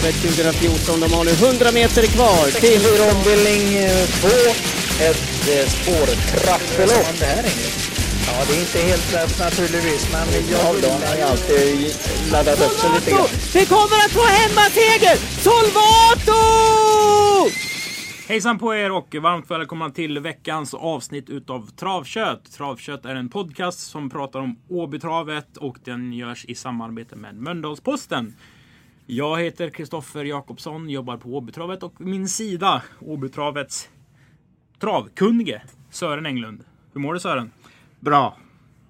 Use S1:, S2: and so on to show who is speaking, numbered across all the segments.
S1: loppet 2014. De har nu 100 meter kvar till
S2: ombildning 2. Ett spårtrappelopp. Ja, det är inte helt lätt naturligtvis, men jag har alltid laddat upp sig lite grann.
S1: Vi kommer att få hemmaseger! Solvato!
S3: Hejsan på er och varmt välkomna till veckans avsnitt utav Travkött. Travkött är en podcast som pratar om Åbytravet och den görs i samarbete med Mölndalsposten. Jag heter Kristoffer Jakobsson, jobbar på Åbytravet och min sida Åbytravets travkunnige Sören Englund. Hur mår du, Sören?
S4: Bra.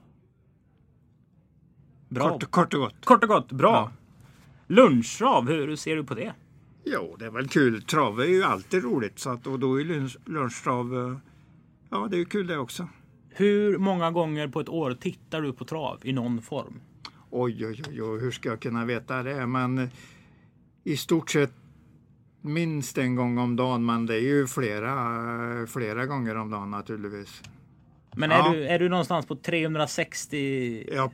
S3: Bra.
S4: Kort och gott.
S3: Kort och gott, bra.
S4: Ja.
S3: Lunchtrav, hur ser du på det?
S4: Jo, det är väl kul. Trav är ju alltid roligt. Så att, och då är lunchtrav, ja det är ju kul det också.
S3: Hur många gånger på ett år tittar du på trav i någon form?
S4: Oj, hur ska jag kunna veta det? Men i stort sett minst en gång om dagen. Men det är ju flera gånger om dagen naturligtvis.
S3: Men
S4: ja.
S3: är du någonstans på 360?
S4: Ja,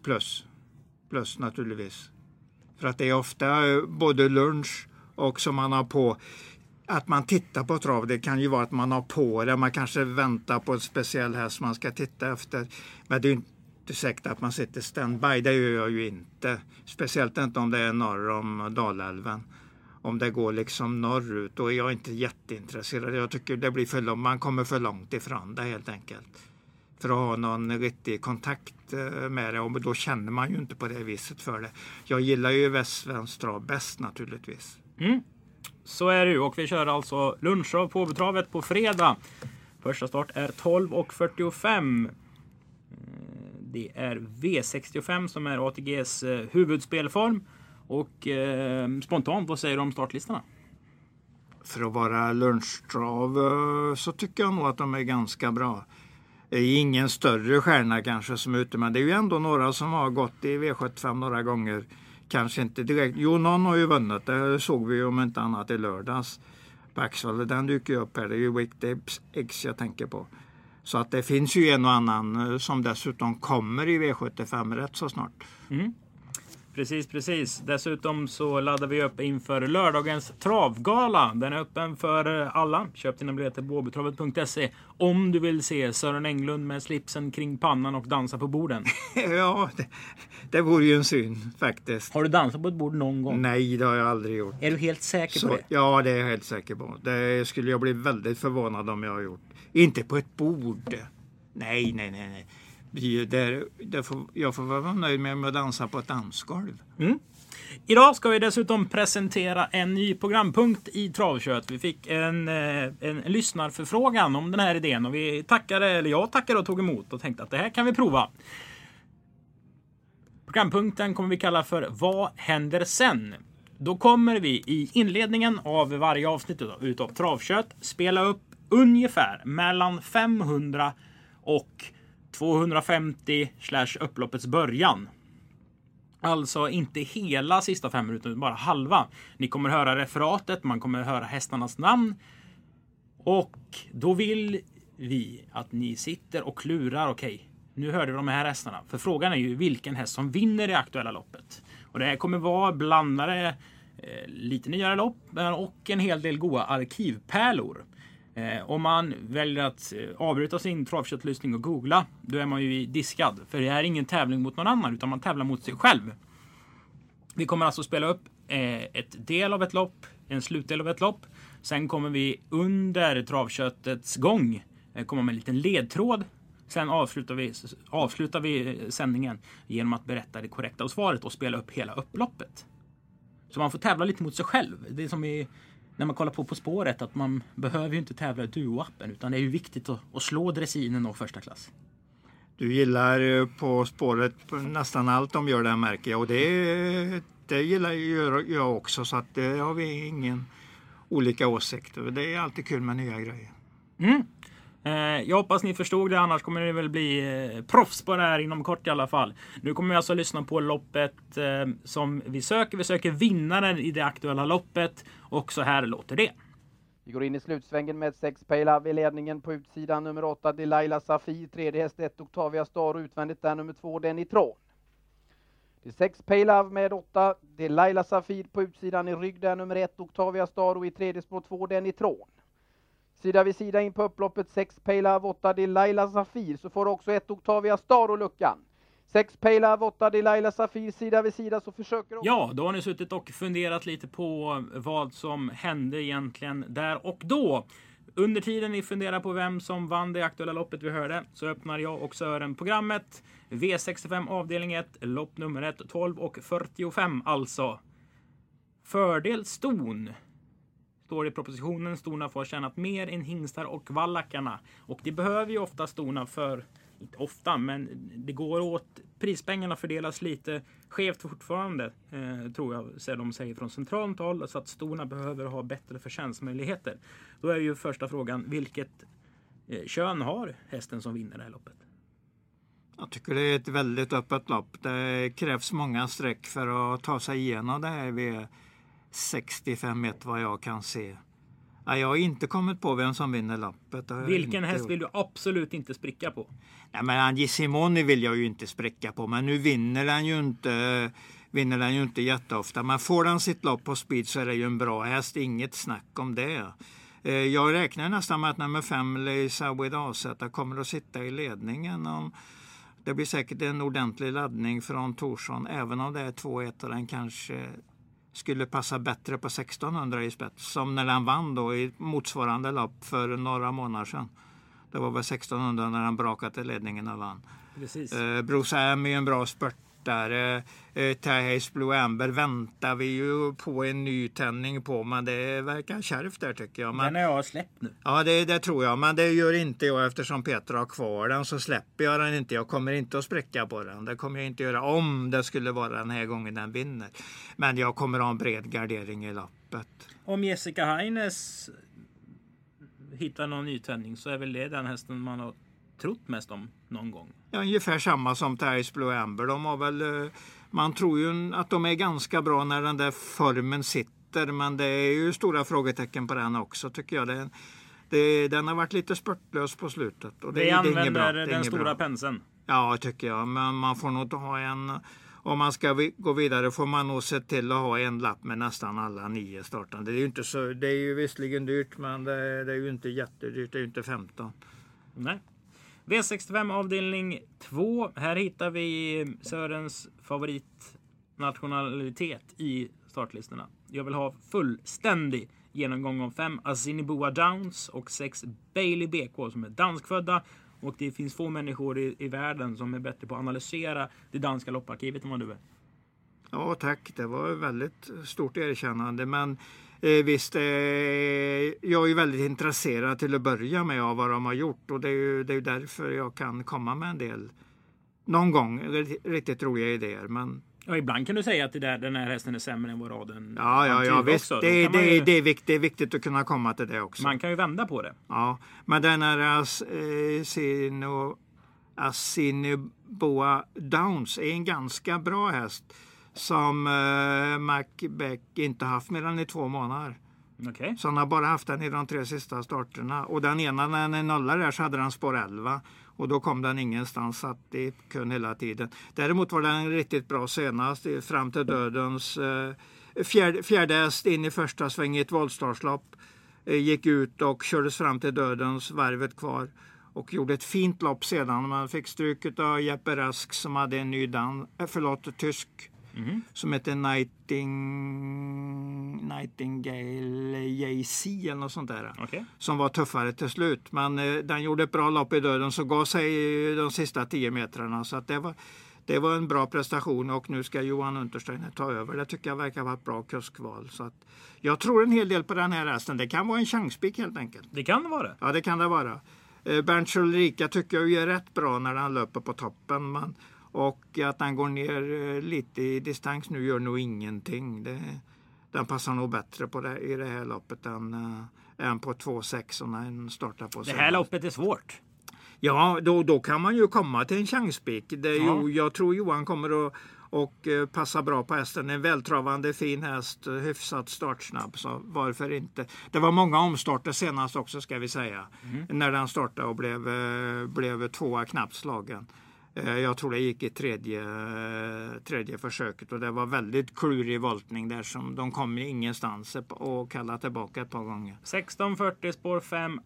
S4: plus naturligtvis. För att det är ofta både lunch och som man har på att man tittar på trav. Det kan ju vara att man har på det. Man kanske väntar på en speciell häst man ska titta efter. Men det är ju inte säkert att man sitter standby. Det gör jag ju inte. Speciellt inte om det är norr om Dalälven. Om det går liksom norrut, då är jag inte jätteintresserad. Jag tycker det blir för långt. Man kommer för långt ifrån det helt enkelt. För att ha någon riktig kontakt med det. Och då känner man ju inte på det viset för det. Jag gillar ju västsvensk trav bäst naturligtvis.
S3: Mm. Så är det ju. Och vi kör alltså lunchtrav på Åbytravet på fredag. Första start är 12:45. Det är V65 som är ATGs huvudspelform. Och spontant, vad säger du om startlistorna?
S4: För att vara lunchtrav så tycker jag nog att de är ganska bra. Det är ingen större stjärna kanske som är ute, men det är ju ändå några som har gått i V75 några gånger. Kanske inte direkt. Jo, någon har ju vunnit. Det såg vi ju om inte annat i lördags. Baxwell, den dyker ju upp här. Det är ju Wicked X jag tänker på. Så att det finns ju en och annan som dessutom kommer i V75 rätt så snart.
S3: Mm. Precis. Dessutom så laddar vi upp inför lördagens travgala. Den är öppen för alla. Köp dina biljetter på åbytravet.se om du vill se Sören Englund med slipsen kring pannan och dansa på borden.
S4: Ja, det vore ju en syn faktiskt.
S3: Har du dansat på ett bord någon gång?
S4: Nej, det har jag aldrig gjort.
S3: Är du helt säker på det? Ja,
S4: det är jag helt säker på. Det skulle jag bli väldigt förvånad om jag har gjort. Inte på ett bord. Nej. Jag får vara nöjd med att dansa på ett dansgolv.
S3: Mm. Idag ska vi dessutom presentera en ny programpunkt i Travkött. Vi fick en lyssnarförfrågan om den här idén och jag tackade och tog emot och tänkte att det här kan vi prova. Programpunkten kommer vi kalla för Vad händer sen? Då kommer vi i inledningen av varje avsnitt utav Travkött spela upp ungefär mellan 500 och 250 / upploppets början. Alltså inte hela sista 5 minuter, bara halva. Ni kommer höra referatet, man kommer höra hästarnas namn. Och då vill vi att ni sitter och klurar, okej, nu hörde vi de här hästarna. För frågan är ju vilken häst som vinner det aktuella loppet. Och det här kommer vara blandade, lite nyare lopp och en hel del goda arkivpärlor. Om man väljer att avbryta sin travköttlyssning och googla, då är man ju diskad. För det är ingen tävling mot någon annan, utan man tävlar mot sig själv. Vi kommer alltså spela upp ett del av ett lopp, en slutdel av ett lopp. Sen kommer vi under travköttets gång komma med en liten ledtråd. Sen avslutar vi sändningen genom att berätta det korrekta svaret och spela upp hela upploppet. Så man får tävla lite mot sig själv. Det är som när man kollar på spåret, att man behöver ju inte tävla i duo-appen, utan det är ju viktigt att slå dressinen och första klass.
S4: Du gillar På spåret nästan allt de gör där, märker jag. Och det gillar jag också, så att det har vi ingen olika åsikter. Det är alltid kul med nya grejer.
S3: Mm. Jag hoppas ni förstod det, annars kommer det väl bli proffs på det här inom kort i alla fall. Nu kommer vi alltså lyssna på loppet som vi söker. Vi söker vinnaren i det aktuella loppet, och så här låter det.
S5: Vi går in i slutsvängen med 6 Pejla vid ledningen på utsidan. Nummer 8 Delilah Safi, tredje häst 1 Octavia Star, utvändigt där nummer 2 Denny Tron. Det är 6 Paylove med 8. Det är Laila Safir på utsidan i rygg där nummer 1. Octavia Star och i tredje spår 2 den Tron. Sida vid sida in på upploppet 6 Paylove 8. Det är Laila Safir. Så får också 1 Octavia Star och luckan. 6 Paylove 8. Det är Laila Safir sida vid sida så försöker...
S3: Ja, då har ni suttit och funderat lite på vad som hände egentligen där och då. Under tiden ni funderar på vem som vann det aktuella loppet vi hörde så öppnar jag och Sören programmet. V65 avdelning 1, lopp nummer 1, 12 och 45 alltså. Fördel Ston. Står i propositionen. Stona får tjänat mer än hingstar och vallackarna. Och det behöver ju ofta Stona för, inte ofta, men det går åt, prispengarna fördelas lite skevt fortfarande, tror jag, så de säger från centralt håll, så att Stona behöver ha bättre förtjänstmöjligheter. Då är ju första frågan, vilket kön har hästen som vinner det här loppet?
S4: Jag tycker det är ett väldigt öppet lopp. Det krävs många streck för att ta sig igenom det här vid 65 vad jag kan se. Jag har inte kommit på vem som vinner loppet.
S3: Vilken häst vill du absolut inte spricka på?
S4: Nej, men Angisimoni vill jag ju inte spricka på. Men nu vinner den ju inte jätteofta. Men får den sitt lopp på speed så är det ju en bra häst. Inget snack om det. Jag räknar nästan med att nummer 5 Lisa with Azeta kommer att sitta i ledningen. Det blir säkert en ordentlig laddning från Torsson. Även om det är 2-1 och den kanske skulle passa bättre på 1600 i spets. Som när den vann då i motsvarande lopp för några månader sedan. Det var väl 1600 när han brakade till ledningen och vann.
S3: Precis.
S4: Bruce Am är en bra spurtare. Tahays Blue Amber väntar vi ju på en ny tändning på. Men det verkar kärvt där tycker jag.
S3: Den har jag släppt nu.
S4: Ja, det tror jag. Men det gör inte jag eftersom Petra har kvar den. Så släpper jag den inte. Jag kommer inte att spräcka på den. Det kommer jag inte göra om det skulle vara den här gången den vinner. Men jag kommer att ha en bred gardering i loppet.
S3: Om Jessica Heines hittar någon nytändning så är väl det den hästen man har trott mest om någon gång.
S4: Ja, ungefär samma som Tahays Blue Amber. De har väl, man tror ju att de är ganska bra när den där formen sitter. Men det är ju stora frågetecken på den också tycker jag. Den har varit lite spurtlös på slutet. Och
S3: det använder den stora penseln. Ja,
S4: tycker jag. Men man får nog ha en... Om man ska gå vidare får man nog se till att ha en lapp med nästan alla 9 startande. Det är ju inte så, det är ju visserligen dyrt men det är ju inte jättedyrt, det är ju inte 15.
S3: Nej. V65 avdelning 2. Här hittar vi Sörens favoritnationalitet i startlistorna. Jag vill ha fullständig genomgång om 5 Azinibua Downs och 6 Bailey BK som är danskfödda. Och det finns få människor i världen som är bättre på att analysera det danska lopparkivet än vad du är.
S4: Ja tack, det var ett väldigt stort erkännande. Men visst, jag är ju väldigt intresserad till att börja med av vad de har gjort. Och det är ju därför jag kan komma med en del, någon gång, riktigt roliga idéer. Men...
S3: Ja, ibland kan du säga att den här hästen är sämre än vad raden.
S4: Ja, visst. Det är viktigt att kunna komma till det också.
S3: Man kan ju vända på det.
S4: Ja, men den här Azinibua Downs är en ganska bra häst som Macbeth inte haft mer än i 2 månader.
S3: Okay.
S4: Så han har bara haft den i de 3 sista starterna. Och den ena, när den är nolla där så hade den spår 11. Och då kom den ingenstans, satt i kön hela tiden. Däremot var den riktigt bra senast, fram till dödens fjärde häst in i första sväng i ett voltstartslopp. Gick ut och kördes fram till dödens, varvet kvar. Och gjorde ett fint lopp sedan. Man fick stryket av Jeppe Rask som hade en ny tysk. Som heter Nightingale JC eller något sånt där.
S3: Okay.
S4: Som var tuffare till slut. Men den gjorde ett bra lopp i döden så gav sig de sista 10 metrarna. Så att det var en bra prestation och nu ska Johan Untersteiner ta över. Det tycker jag verkar vara ett bra kuskval. Så att jag tror en hel del på den här hästen. Det kan vara en chanspik helt enkelt.
S3: Det kan det vara.
S4: Ja, det kan det vara. Bernt Ulrika tycker jag är rätt bra när han löper på toppen. Och att han går ner lite i distans nu gör nog ingenting. Den passar nog bättre på i det här loppet än på 2,6 när den startar på.
S3: Det här loppet är svårt.
S4: Ja, då kan man ju komma till en chanspik. Jag tror Johan kommer att passa bra på hästen. En vältravande fin häst, hyfsat startsnabb. Så varför inte? Det var många omstarter senast också ska vi säga. När den startade och blev 2 knappt slagen. Jag tror det gick i tredje försöket och det var väldigt klurig voltning där som de kom ingenstans och kallade tillbaka ett par gånger.
S3: 1640 spår 5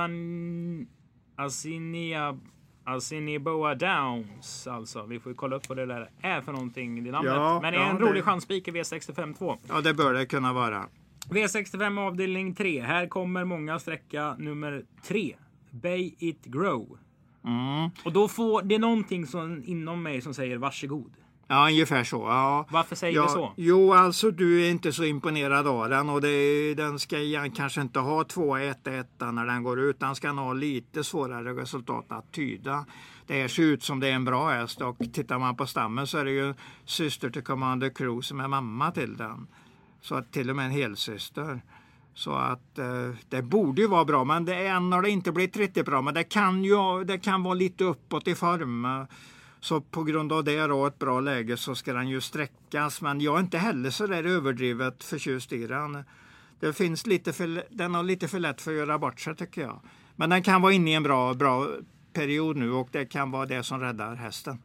S3: Assiniboia Downs. Alltså, vi får kolla upp vad det där är för någonting i namnet.
S4: Ja,
S3: men det är en rolig chanspik i V65-2.
S4: Ja, det bör det kunna vara.
S3: V65 avdelning 3. Här kommer många sträcka nummer 3. Bay It Grow. Och då får det någonting som, inom mig som säger varsågod.
S4: Ja, ungefär så. Ja.
S3: Varför säger vi så?
S4: Jo, alltså du är inte så imponerad av den och den ska kanske inte ha 2-1 när den går ut. Den ska ha lite svårare resultat att tyda. Det ser ut som det är en bra häst och tittar man på stammen så är det ju syster till Commander Crew som är mamma till den. Så att till och med en helsyster. Så att det borde ju vara bra, men det är än har det inte blivit riktigt bra. Men det kan vara lite uppåt i form. Så på grund av det då ett bra läge så ska den ju sträckas. Men jag är inte heller så där överdrivet förtjust i den. Det finns den har lite för lätt för att göra bort sig tycker jag. Men den kan vara inne i en bra period nu och det kan vara det som räddar hästen.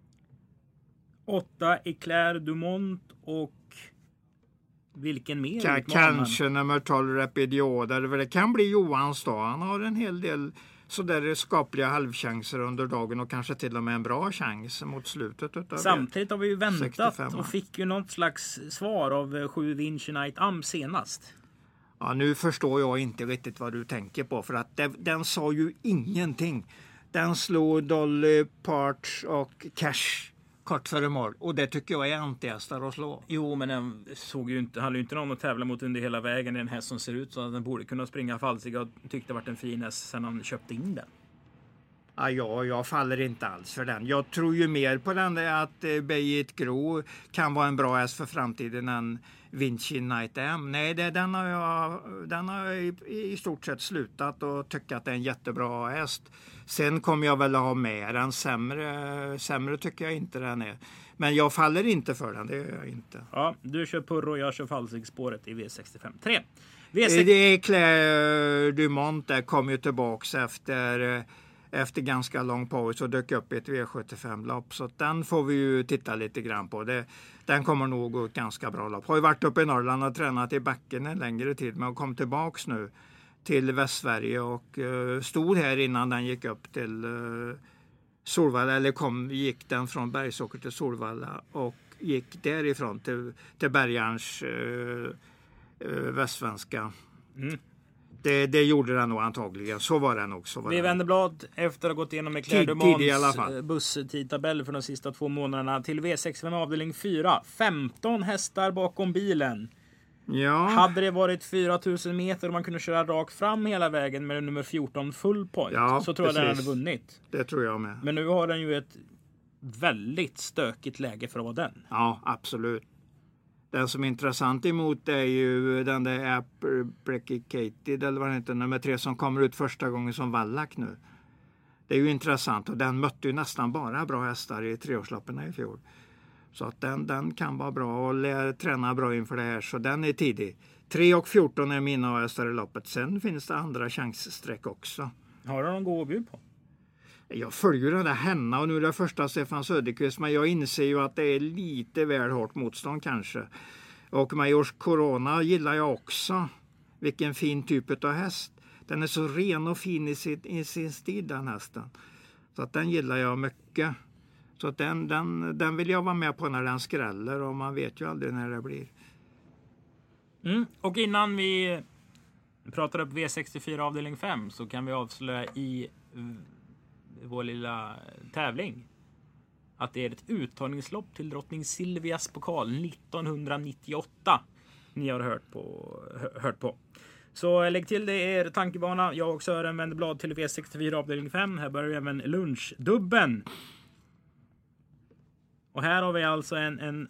S3: 8 Eclair Dumont och vilken mer?
S4: Kanske nummer 12 Rapidioder. Det kan bli Johans då. Han har en hel del sådär skapliga halvchanser under dagen och kanske till och med en bra chans mot slutet.
S3: Samtidigt har vi ju väntat
S4: 65.
S3: Och fick ju något slags svar av 7 Vinci Night Am senast.
S4: Ja, nu förstår jag inte riktigt vad du tänker på för att den sa ju ingenting. Den slog Dolly Parts och Cash kort före mål. Och det tycker jag är antihästar att slå.
S3: Jo, men den hade ju inte någon att tävla mot under hela vägen. Det är en häst som ser ut så att den borde kunna springa falsig. Jag tyckte det varit en fin häst sen han köpte in den.
S4: Ja, jag faller inte alls för den. Jag tror ju mer på den där att Bay It Grow kan vara en bra häst för framtiden än Vinci Night M. Nej, den har jag i stort sett slutat och tycker att det är en jättebra häst. Sen kommer jag väl att ha med den sämre tycker jag inte den är. Men jag faller inte för den, det gör jag inte.
S3: Ja, du kör Purro och jag kör falsig-spåret i V65 3.
S4: Det är Claire Dumont där kom ju tillbaks efter ganska lång paus och dök upp i ett V75-lopp. Så den får vi ju titta lite grann på. Den kommer nog gå ett ganska bra lopp. Har ju varit uppe i Norrland och tränat i backen en längre tid men kom tillbaks nu till Västsverige och stod här innan den gick upp till Solvalla. Eller gick den från Bergsåker till Solvalla och gick därifrån till Bergarns västsvenska. Det gjorde den nog antagligen. Så var det nog.
S3: Vi vänder blad efter att ha gått igenom Eclair Dumonts busstidtabell för de sista 2 månaderna till V65 avdelning 4. 15 hästar bakom bilen.
S4: Ja.
S3: Hade det varit 4000 meter och man kunde köra rakt fram hela vägen med nummer 14 full point så tror jag den hade vunnit.
S4: Det tror jag med.
S3: Men nu har den ju ett väldigt stökigt läge för att vara den.
S4: Ja, absolut. Den som är intressant emot är ju den där Applicated eller vad det heter, nummer 3 som kommer ut första gången som vallack nu. Det är ju intressant och den mötte ju nästan bara bra hästar i 3-årslopparna i fjol. Så att den kan vara bra och träna bra inför det här så den är tidig. 3 och 14 är mina hästar i loppet. Sen finns det andra chanssträck också.
S3: Har du någon gå att bjuda på?
S4: Jag följer den där Henna och nu är det första Stefan Söderqvist men jag inser ju att det är lite väl hårt motstånd kanske. Och Majors Corona gillar jag också. Vilken fin typ av häst. Den är så ren och fin i sin stil den hästen. Så att den gillar jag mycket. Så att den vill jag vara med på när den skräller och man vet ju aldrig när det blir.
S3: Och innan vi pratar upp V64 avdelning 5 så kan vi avslöja i vår lilla tävling att det är ett uttagningslopp till drottning Silvias pokal 1998. Ni har hört på. Så lägg till det er tankebana. Jag och Sören vänder blad till V64 avdelning 5. Här börjar vi även lunchdubben. Och här har vi alltså en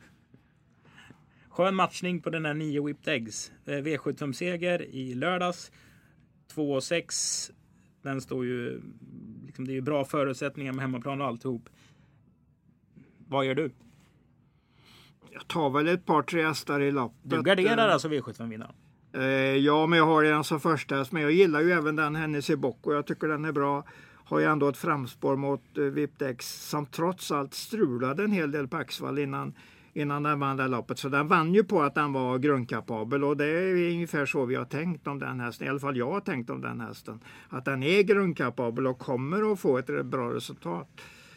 S3: skön matchning på den här 9 Whipped Eggs. V75-seger i lördags. 2-6. Den står ju liksom, det är ju bra förutsättningar med hemmaplan och alltihop. Vad gör du?
S4: Jag tar väl ett par 3 hästar i loppet.
S3: Du garderar alltså V75-vinnaren?
S4: Ja, men jag har den som första. Men jag gillar ju även den Hennessy Bock och jag tycker den är bra. har ju ändå ett framspår mot Vipdex som trots allt strulade en hel del på Axvall innan den vann det loppet. Så den vann ju på att den var grundkapabel, och det är ungefär så vi har tänkt om den hästen. I alla fall jag har tänkt om den hästen. Att den är grundkapabel och kommer att få ett bra resultat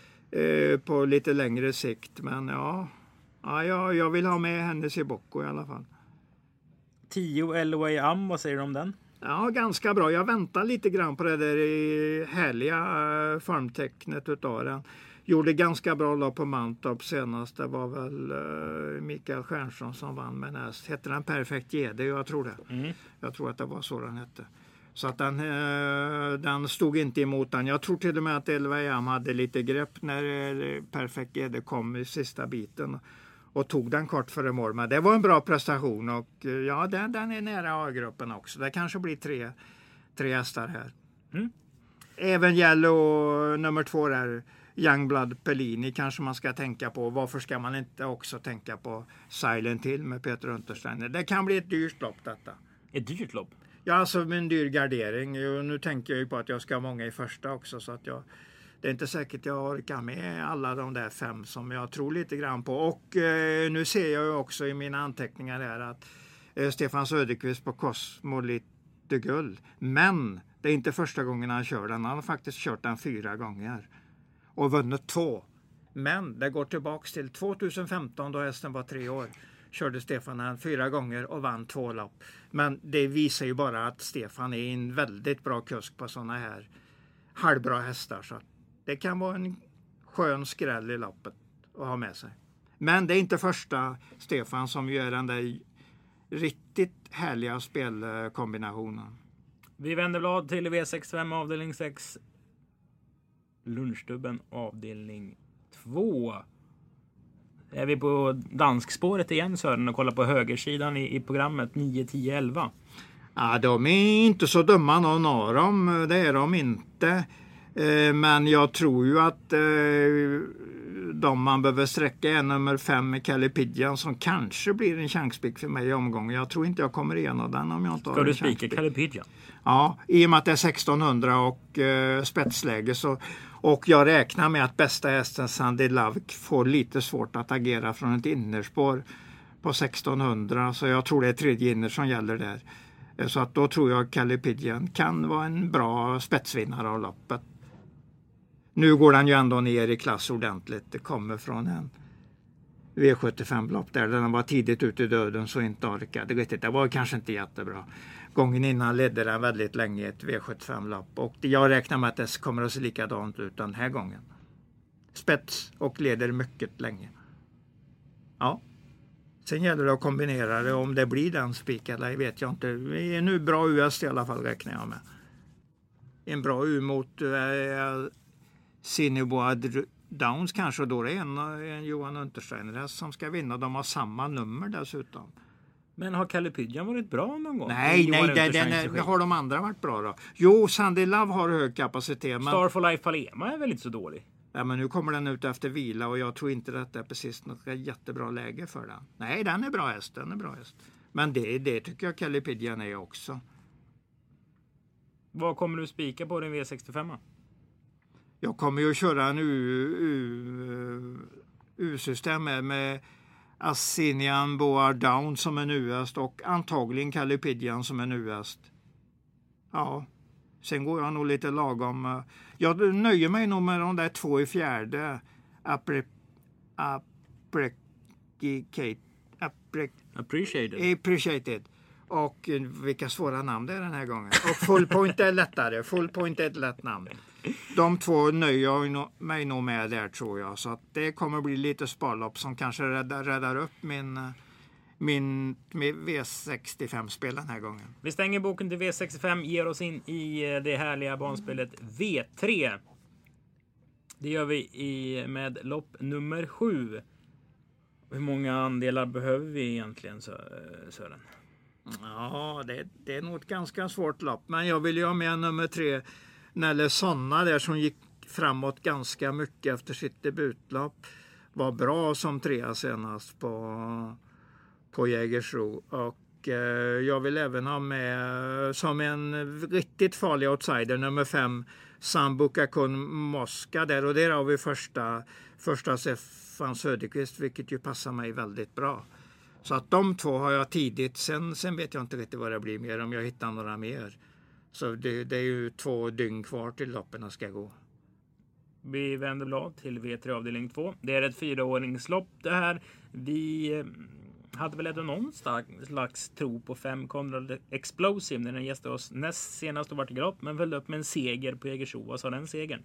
S4: på lite längre sikt. Men jag vill ha med hennes i Bocco i alla fall.
S3: 10 LOA Am, vad säger du om den?
S4: Ja, ganska bra. Jag väntar lite grann på det där härliga formtecknet utav den. Gjorde ganska bra lopp på Mantorp senast. Det var väl Mikael Stjernström som vann med näst. Hette den Perfekt GD? Jag tror det. Jag tror att det var så den hette. Så att den stod inte emot den. Jag tror till och med att LVM hade lite grepp när Perfekt GD kom i sista biten. Och tog den kort före mål. Men det var en bra prestation. Och ja, den är nära A-gruppen också. Det kanske blir tre hästar här. Även Yellow nummer 2 där. Youngblood Pellini kanske man ska tänka på. Varför ska man inte också tänka på Silent Hill med Peter Untersteiner? Det kan bli ett dyrt lopp detta.
S3: Ett dyrt lopp?
S4: Ja, alltså med en dyr gardering. Nu tänker jag ju på att jag ska ha många i första också. Så att det är inte säkert jag orkar med alla de där 5 som jag tror lite grann på. Och nu ser jag ju också i mina anteckningar här att Stefan Söderqvist på Cosmo lite guld. Men det är inte första gången han kör den. Han har faktiskt kört den 4 gånger. Och vunnit 2. Men det går tillbaks till 2015 då hästen var 3 år. Körde Stefan den 4 gånger och vann 2 lopp. Men det visar ju bara att Stefan är en väldigt bra kusk på sådana här halvbra hästar. Så det kan vara en skön skräll i loppet att ha med sig. Men det är inte första Stefan som gör den där riktigt härliga spelkombinationen.
S3: Vi vänder blad till V65 avdelning 6. Lunchstubben avdelning 2. Är vi på danskspåret igen, Sören, och kollar på högersidan i programmet 9, 10, 11.
S4: Ja, de är inte så dumma någon av dem. Det är de inte. Men jag tror ju att de man behöver sträcka är nummer 5 med Kalle Pidjan som kanske blir en chanspick för mig i omgången. Jag tror inte jag kommer igenom den om jag inte har en chanspick.
S3: Ska du spika Kalle Pidjan?
S4: Ja, i och med att det är 1600 och spetsläge så. Och jag räknar med att bästa hästen Sandy Love får lite svårt att agera från ett innerspår på 1600. Så jag tror det är tredje inner som gäller där. Så att då tror jag att Kalle Pidjan kan vara en bra spetsvinnare av loppet. Nu går han ju ändå ner i klass ordentligt. Det kommer från en V75-lopp där den var tidigt ute i döden så inte orkade. Det var kanske inte jättebra. Gången innan ledde den väldigt länge ett V75-lopp. Och jag räknar med att det kommer att se likadant ut den här gången. Spets och leder mycket länge. Ja. Sen gäller det att kombinera det. Om det blir den spik eller vet jag inte. Det är nu bra US i alla fall räknar jag med. En bra U mot Cinnebois Downs kanske. Då det är en Johan Untersteiner som ska vinna. De har samma nummer dessutom.
S3: Men har Kalle Pidjan varit bra någon gång?
S4: Nej, det har de andra varit bra då. Jo, Sandy Love har hög kapacitet. Men
S3: Star for Life Palema är väl inte så dålig?
S4: Ja, men nu kommer den ut efter vila och jag tror inte att det är precis något jättebra läge för den. Nej, den är bra häst. Men det tycker jag Kalle Pidjan är också.
S3: Vad kommer du spika på din V65?
S4: Jag kommer ju att köra en U-system med Assinian Boar Down som en U-häst och antagligen Kalle Pidjan som en U-häst. Ja, sen går jag nog lite lagom. Jag nöjer mig nog med de där 2 i fjärde. Appreciated. Och vilka svåra namn det är den här gången. Och Full Point är lättare. Full Point är ett lätt namn. De 2 nöjer jag mig nog med där tror jag. Så att det kommer bli lite sparlopp som kanske räddar upp min V65-spel den här gången.
S3: Vi stänger boken till V65, ger oss in i det härliga banspelet V3. Det gör vi med lopp nummer 7. Hur många andelar behöver vi egentligen, Sören?
S4: Ja, det är nog ett ganska svårt lopp. Men jag vill ju ha med nummer 3, Nelle Sonna där som gick framåt ganska mycket efter sitt debutlopp. Var bra som 3 senast på Jägersro. Och jag vill även ha med som en riktigt farlig outsider nummer 5 Sambuca con Mosca där, och där har vi första Stefan Söderqvist, vilket ju passar mig väldigt bra. Så att de två har jag tidigt, sen vet jag inte riktigt vad det blir mer om jag hittar några mer. Så det är ju 2 dygn kvar till loppen ska gå.
S3: Vi vänder blad till V3 avdelning 2. Det är ett 4-åringslopp det här. Vi hade väl ändå någon slags tro på 5 Conrad Explosive när den gästade oss näst senast och vart i galopp, men följde upp med en seger på Jägersro. Vad sa den segern?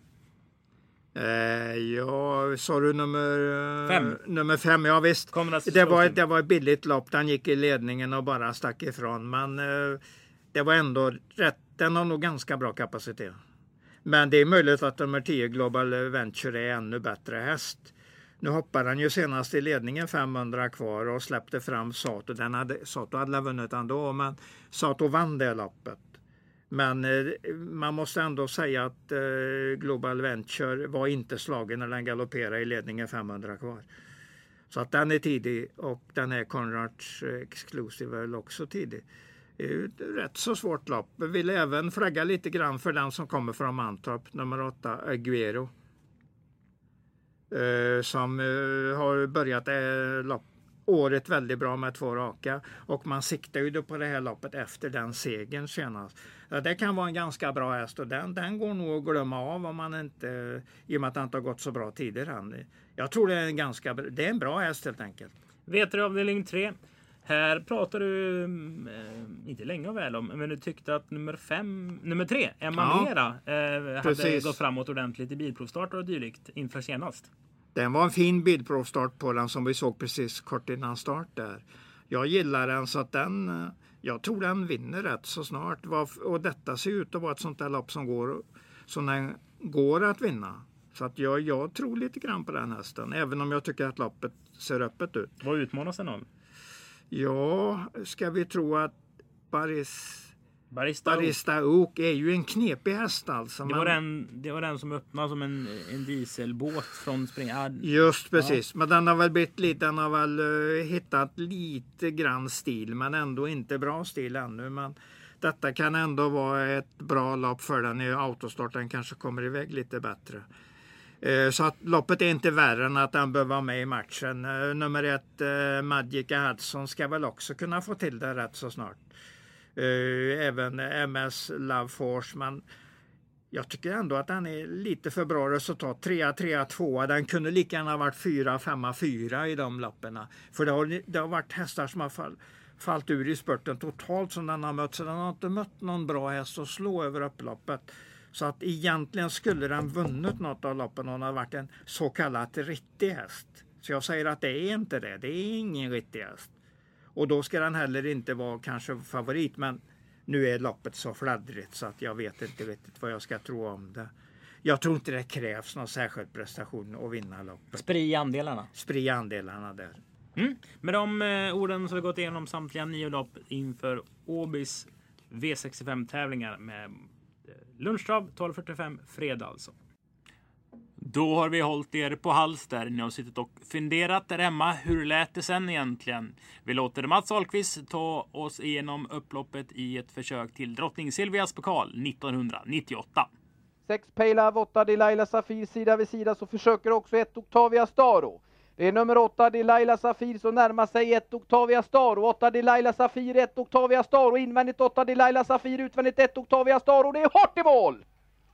S4: Ja, sa du nummer
S3: 5?
S4: Nummer 5, ja visst. Det var ett billigt lopp. Den gick i ledningen och bara stack ifrån. Men det var ändå rätt. Den har nog ganska bra kapacitet. Men det är möjligt att nummer 10 Global Venture är ännu bättre häst. Nu hoppade han ju senast i ledningen 500 kvar och släppte fram Sato. Sato hade vunnit ändå, men Sato vann det loppet. Men man måste ändå säga att Global Venture var inte slagen när den galopperade i ledningen 500 kvar. Så att den är tidig, och den här Conrads Exclusive är också tidig. Det är ett rätt så svårt lopp. Vi vill även flagga lite grann för den som kommer från Mantorp, nummer 8 Aguero. Som har börjat året väldigt bra med 2 raka, och man siktar ju då på det här loppet efter den segern senast. Det kan vara en ganska bra häst, och den går nog att glömma av om man inte, i och med att den inte har gått så bra tidigare. Jag tror det är en bra häst helt enkelt.
S3: V3 avdelning 3. Här pratar du inte länge och väl om, men du tyckte att nummer 3, Emanera, hade gått framåt ordentligt i bilprovstarter och dylikt inför senast.
S4: Den var en fin bilprovstart på den som vi såg precis kort innan start där. Jag gillar den, så att jag tror den vinner rätt så snart. Och detta ser ut att vara ett sånt där lopp som den går att vinna. Så att jag tror lite grann på den hästen, även om jag tycker att loppet ser öppet ut.
S3: Vad utmanas den av?
S4: Ja, ska vi tro att Barista Oak är ju en knepig häst alltså.
S3: Det var den som öppnade som en dieselbåt från springa.
S4: Just precis, ja. Men den har väl hittat lite grann stil, men ändå inte bra stil ännu. Men detta kan ändå vara ett bra lopp för den i autostarten, kanske kommer iväg lite bättre. Så att loppet är inte värre än att den behöver vara med i matchen. Nummer 1 Magica Hudson ska väl också kunna få till det rätt så snart. Även MS Love Force, men jag tycker ändå att den är lite för bra resultat. 3-2, den kunde lika gärna ha varit 4-5-4 i de lapparna. För det har varit hästar som har fallit ur i spurten totalt som den har mött. Så den har inte mött någon bra häst att slå över upploppet. Så att egentligen skulle den vunnit något av loppen om den har varit en så kallad riktig häst. Så jag säger att det är inte det. Det är ingen riktig häst. Och då ska den heller inte vara kanske favorit. Men nu är loppet så fladdrigt så att jag vet inte riktigt vad jag ska tro om det. Jag tror inte det krävs någon särskild prestation att vinna loppet.
S3: Spri
S4: andelarna där.
S3: Med de orden så har vi gått igenom samtliga 9 lopp inför Åbys V65-tävlingar med lunchtrav 12:45 fredag alltså. Då har vi hållit er på hals där. Ni har suttit och funderat där hemma. Hur lät det sen egentligen? Vi låter Mats Ahlqvist ta oss igenom upploppet i ett försök till Drottning Silvias pokal 1998.
S5: 6 Pejla av 8 Delilah Safir sida vid sida, så försöker också 1 Octavia Staro. Det är nummer 8 Delilah Safir som närmar sig 1 Octavia Staro. 8 Delilah Safir, 1 Octavia Staro. Invändigt 8 Delilah Safir, utvändigt 1 Octavia Staro. Det är hårt i mål!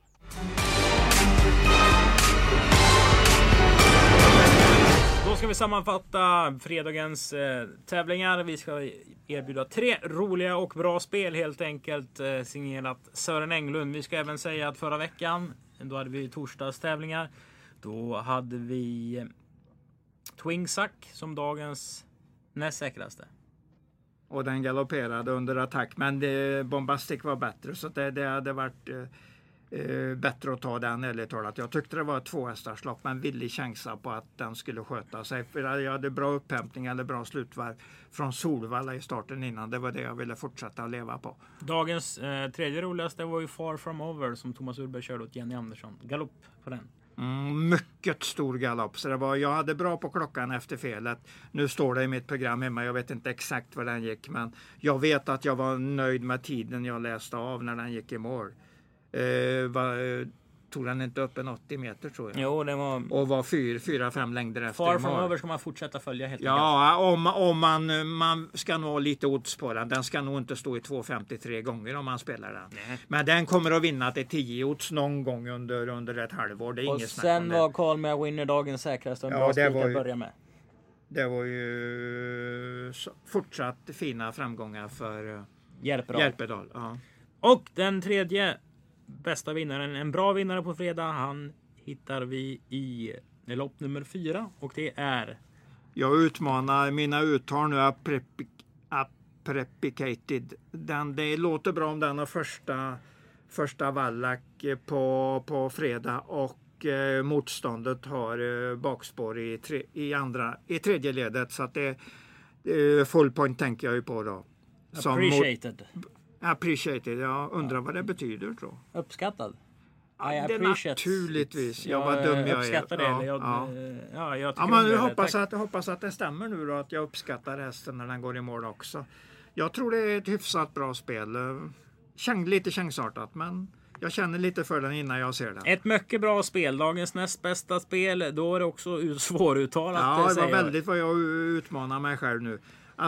S3: Då ska vi sammanfatta fredagens tävlingar. Vi ska erbjuda 3 roliga och bra spel helt enkelt, signerat Sören Englund. Vi ska även säga att förra veckan, då hade vi torsdagstävlingar. Då hade vi Twingsack som dagens näst säkraste.
S4: Och den galopperade under attack, men Bombastic var bättre, så det hade varit bättre att ta den eller talat. Jag tyckte det var ett 2-hästarslopp, men ville chansa på att den skulle sköta sig. För jag hade bra upphämtning eller bra slutvarv från Solvalla i starten innan. Det var det jag ville fortsätta att leva på.
S3: Dagens tredje roligaste var ju Far From Over som Thomas Urberg körde åt Jenny Andersson. Galopp på den.
S4: Mycket stor galopp. Så jag hade bra på klockan efter felet. Nu står det i mitt program hemma. Jag vet inte exakt vad den gick. Men jag vet att jag var nöjd med tiden jag läste av när den gick i mål. Tog den inte upp en 80 meter tror jag.
S3: Jo, det var...
S4: Och var 4-5 längder efter
S3: Far
S4: mål.
S3: framöver ska man fortsätta följa helt enkelt.
S4: Ja, om man ska nog ha lite odds på den. Den ska nog inte stå i 2,53 gånger om man spelar den.
S3: Nej.
S4: Men den kommer att vinna till 10 odds någon gång under ett halvår. Det är
S3: Och
S4: inget snack
S3: sen
S4: om det.
S3: var Carl med Winner dagens säkraste. En
S4: Ja,
S3: bra
S4: det
S3: spik
S4: var
S3: att
S4: ju-
S3: börja med.
S4: Det var ju fortsatt fina framgångar för
S3: Järpedal.
S4: Järpedal. Ja.
S3: Och den tredje bästa vinnaren, en bra vinnare på fredag, han hittar vi i lopp nummer 4 och det är
S4: Jag utmanar mina uttal nu. Appreciated. Det låter bra om den har första vallack på fredag och motståndet har bakspår i tredje ledet, så att det är full point tänker jag ju på då. Appreciated, jag undrar vad det betyder då.
S3: Uppskattad. I
S4: Det är
S3: appreciate
S4: naturligtvis.
S3: it.
S4: vad dum jag är.
S3: Uppskattar det.
S4: Ja,
S3: Jag tycker
S4: men
S3: om det.
S4: jag hoppas att det stämmer nu då, att jag uppskattar hästen när den går i mål också. Jag tror det är ett hyfsat bra spel. Lite chansartat, men jag känner lite för den innan jag ser den.
S3: Ett mycket bra spel. Dagens näst bästa spel. Då är det också svåruttalat.
S4: Ja, det var
S3: säger jag.
S4: väldigt vad jag utmanar mig själv nu.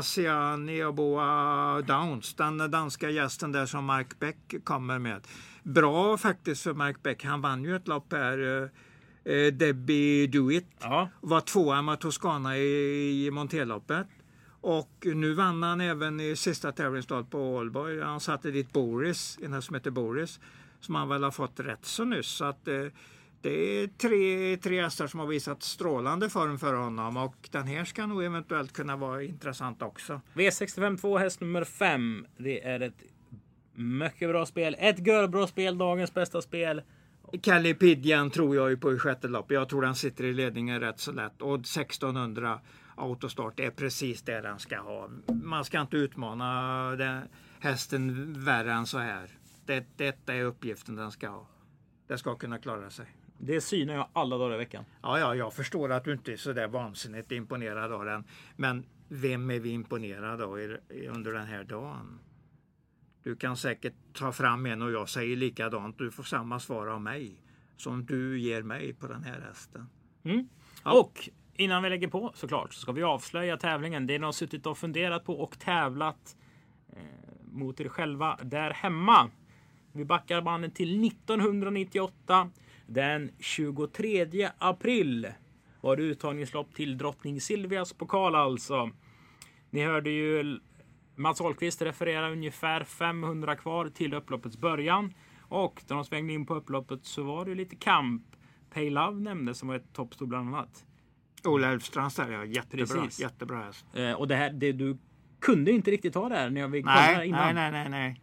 S4: Oceania Downs, den danska gästen där som Mark Beck kommer med. Bra faktiskt för Mark Beck. Han vann ju ett lopp här. Debbie Dewitt.
S3: Ja.
S4: Var tvåa med Toscana i Monteloppet. Och nu vann han även i sista tävlingsdag på Ålborg. Han satte dit Boris, en som heter Boris, som han väl har fått rätt så nyss. Så att det är tre hästar som har visat strålande form för honom. Och den här ska nog eventuellt kunna vara intressant också.
S3: V65 2 häst nummer 5. Det är ett mycket bra spel. Ett görbra spel. Dagens bästa spel.
S4: Kelly Pidgeon tror jag ju på i sjätte lopp. Jag tror den sitter i ledningen rätt så lätt. Och 1600 autostart är precis det den ska ha. Man ska inte utmana hästen värre än så här. Detta är uppgiften den ska ha. Den ska kunna klara sig.
S3: Det synar jag alla dagar i veckan.
S4: Ja, jag förstår att du inte är så där vansinnigt imponerad av den. Men vem är vi imponerade av under den här dagen? Du kan säkert ta fram en och jag säger likadant. Du får samma svar av mig som du ger mig på den här hästen.
S3: Mm.
S4: Ja.
S3: Och innan vi lägger på såklart så ska vi avslöja tävlingen. Det är någon suttit och funderat på och tävlat mot er själva där hemma. Vi backar bandet till 1998. Den 23 april var det uttagningslopp till drottning Silvias pokal alltså. Ni hörde ju Mats Ahlqvist referera ungefär 500 kvar till upploppets början. Och när de svängde in på upploppet så var det lite kamp. Pay Love nämndes som var ett toppstol bland annat.
S4: Ola Elfstrands där, ja. Jättebra.
S3: Precis.
S4: Jättebra häst.
S3: Och det du kunde inte riktigt ha där när vi kollade innan.
S4: Nej.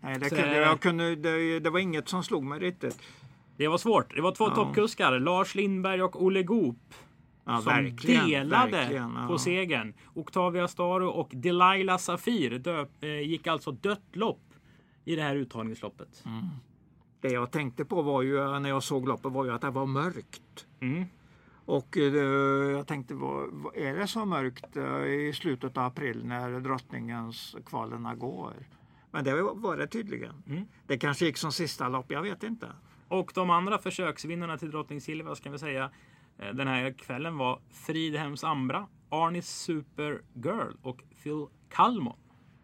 S4: Det var inget som slog mig riktigt.
S3: Det var svårt. Det var två toppkuskar. Lars Lindberg och Olle Goop.
S4: Ja,
S3: Som delade
S4: ja.
S3: på segern. Octavia Staro och Delilah Safir gick alltså dött lopp i det här uttagningsloppet.
S4: Det jag tänkte på var ju när jag såg loppet var ju att det var mörkt.
S3: Mm.
S4: Och jag tänkte, är det så mörkt i slutet av april när drottningens kvalerna går? Men det var det tydligen. Det kanske gick som sista lopp, jag vet inte.
S3: Och de andra försöksvinnarna till drottning Silvia ska vi säga den här kvällen var Fridhems Ambra, Arnis Supergirl och Phil Kalmon.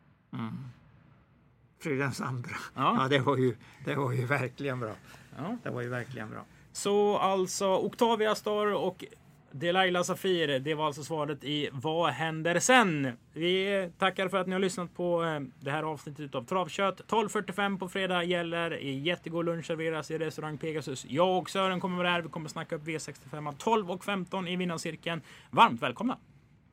S4: Fridhems Ambra.
S3: Ja.
S4: Ja, det var ju verkligen bra.
S3: Ja.
S4: Det var ju verkligen bra.
S3: Så alltså Octavia Star och Delilah Safir, det var alltså svaret i Vad händer sen? Vi tackar för att ni har lyssnat på det här avsnittet av Travkött. 12.45 på fredag gäller. Jättegod lunch serveras i restaurang Pegasus. Jag och Sören kommer vara här. Vi kommer snacka upp V65 12:15 i vinnarcirkeln. Varmt välkomna!